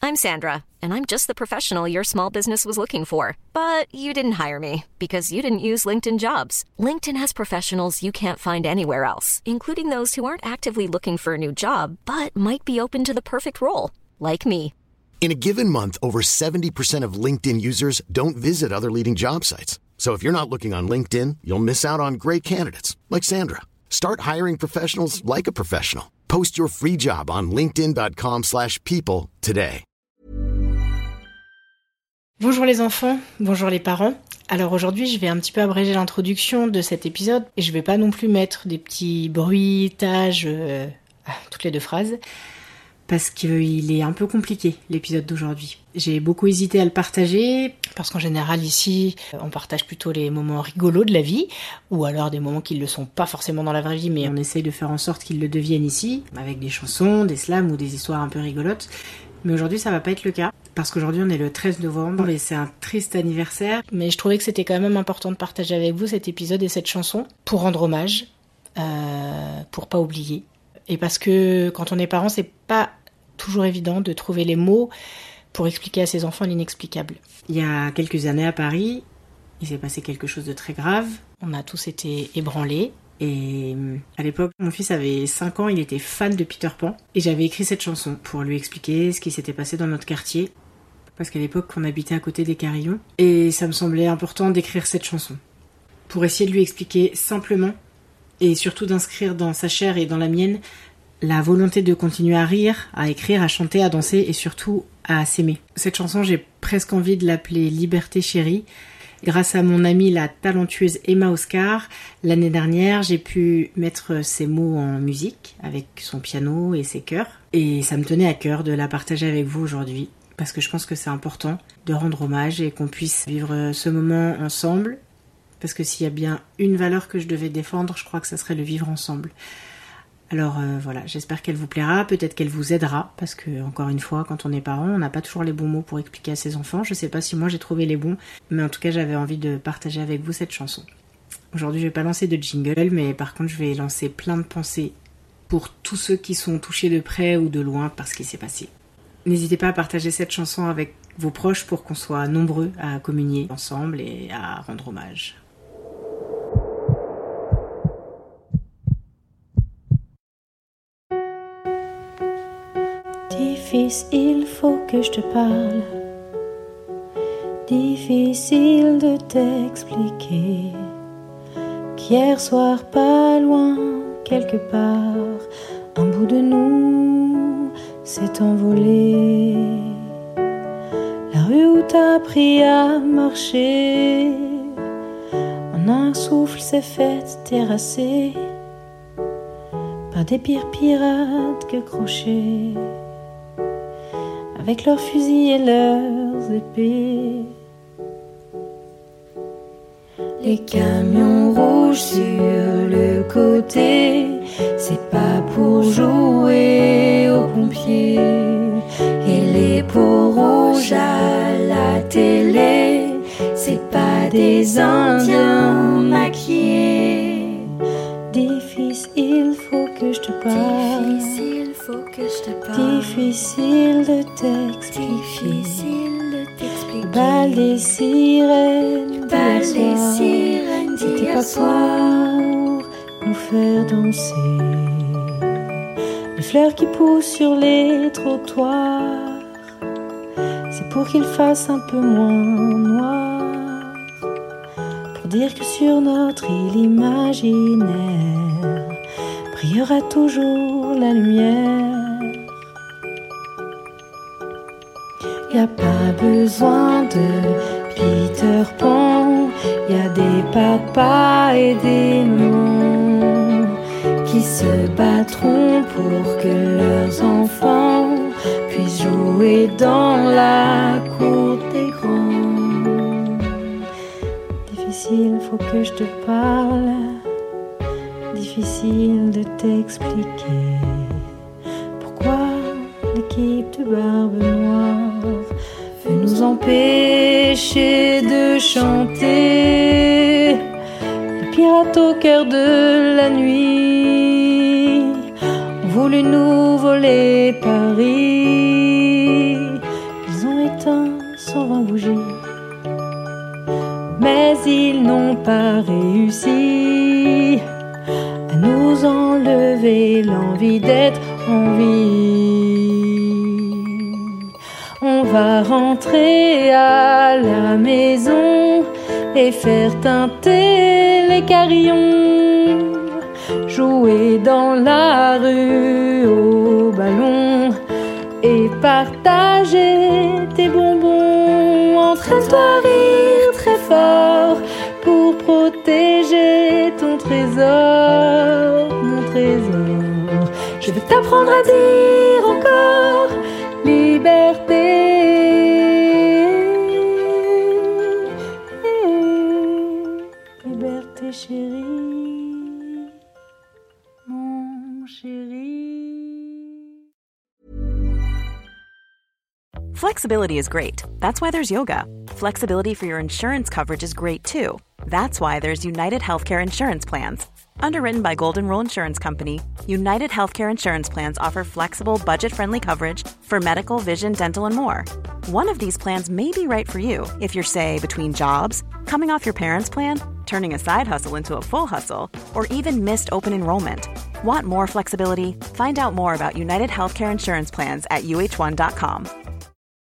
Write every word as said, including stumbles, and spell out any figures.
I'm Sandra, and I'm just the professional your small business was looking for. But you didn't hire me because you didn't use LinkedIn Jobs. LinkedIn has professionals you can't find anywhere else, including those who aren't actively looking for a new job, but might be open to the perfect role, like me. In a given month, over seventy percent of LinkedIn users don't visit other leading job sites. So if you're not looking on LinkedIn, you'll miss out on great candidates like Sandra. Start hiring professionals like a professional. Post your free job on linkedin.com slash people today. Bonjour les enfants, bonjour les parents. Alors aujourd'hui, je vais un petit peu abréger l'introduction de cet épisode et je vais pas non plus mettre des petits bruitages euh, toutes les deux phrases parce qu'il est un peu compliqué l'épisode d'aujourd'hui. J'ai beaucoup hésité à le partager parce qu'en général ici, on partage plutôt les moments rigolos de la vie ou alors des moments qui ne le sont pas forcément dans la vraie vie mais on essaye de faire en sorte qu'ils le deviennent ici avec des chansons, des slams ou des histoires un peu rigolotes. Mais aujourd'hui, ça va pas être le cas, parce qu'aujourd'hui, on est le treize novembre, et c'est un triste anniversaire. Mais je trouvais que c'était quand même important de partager avec vous cet épisode et cette chanson, pour rendre hommage, euh, pour pas oublier. Et parce que, quand on est parent, c'est pas toujours évident de trouver les mots pour expliquer à ses enfants l'inexplicable. Il y a quelques années à Paris, il s'est passé quelque chose de très grave. On a tous été ébranlés. Et à l'époque, mon fils avait cinq ans, il était fan de Peter Pan. Et j'avais écrit cette chanson pour lui expliquer ce qui s'était passé dans notre quartier. Parce qu'à l'époque, on habitait à côté des Carillons. Et ça me semblait important d'écrire cette chanson. Pour essayer de lui expliquer simplement, et surtout d'inscrire dans sa chair et dans la mienne, la volonté de continuer à rire, à écrire, à chanter, à danser et surtout à s'aimer. Cette chanson, j'ai presque envie de l'appeler Liberté chérie. Grâce à mon amie la talentueuse Emma Oscar, l'année dernière, j'ai pu mettre ces mots en musique avec son piano et ses chœurs. Et ça me tenait à cœur de la partager avec vous aujourd'hui, parce que je pense que c'est important de rendre hommage et qu'on puisse vivre ce moment ensemble. Parce que s'il y a bien une valeur que je devais défendre, je crois que ça serait le vivre ensemble. Alors euh, voilà, j'espère qu'elle vous plaira, peut-être qu'elle vous aidera, parce que, encore une fois, quand on est parent, on n'a pas toujours les bons mots pour expliquer à ses enfants. Je sais pas si moi j'ai trouvé les bons, mais en tout cas j'avais envie de partager avec vous cette chanson. Aujourd'hui je vais pas lancer de jingle, mais par contre je vais lancer plein de pensées pour tous ceux qui sont touchés de près ou de loin par ce qui s'est passé. N'hésitez pas à partager cette chanson avec vos proches pour qu'on soit nombreux à communier ensemble et à rendre hommage. Fils, il faut que je te parle. Difficile de t'expliquer qu'hier soir, pas loin, quelque part, un bout de nous s'est envolé. La rue où t'as appris à marcher, en un souffle s'est faite terrasser par des pires pirates que crochets, avec leurs fusils et leurs épées. Les camions rouges sur le côté, c'est pas pour jouer aux pompiers. Et les peaux rouges à la télé, c'est pas des Indiens maquillés. Difficile, faut que je te parle. Difficile, faut que je te parle. Difficile de t'expliquer. Difficile de t'expliquer. Bal des sirènes, bal des sirènes, c'était pas pour nous faire danser. Les fleurs qui poussent sur les trottoirs, c'est pour qu'il fasse un peu moins noir. Pour dire que sur notre île imaginaire brillera toujours la lumière. Y a pas besoin de Peter Pan, y a des papas et des mamans qui se battront pour que leurs enfants puissent jouer dans la cour des grands. Difficile, faut que je te parle. Difficile de t'expliquer pourquoi l'équipe de Barbe Noire veut nous empêcher de chanter. Les pirates au cœur de la nuit ont voulu nous voler Paris. pas réussi à nous enlever l'envie d'être en vie. On va rentrer à la maison et faire teinter les carillons, jouer dans la rue au ballon et partager tes bonbons. Entraîne-toi à rire très fort pour protéger ton trésor, mon trésor. Je vais t'apprendre à dire encore liberté. Liberté chérie, mon chéri. Flexibility is great. That's why there's yoga. Flexibility for your insurance coverage is great too. That's why there's United Healthcare Insurance Plans. Underwritten by Golden Rule Insurance Company, United Healthcare Insurance Plans offer flexible, budget-friendly coverage for medical, vision, dental, and more. One of these plans may be right for you if you're, say, between jobs, coming off your parents' plan, turning a side hustle into a full hustle, or even missed open enrollment. Want more flexibility? Find out more about United Healthcare Insurance Plans at U H one dot com.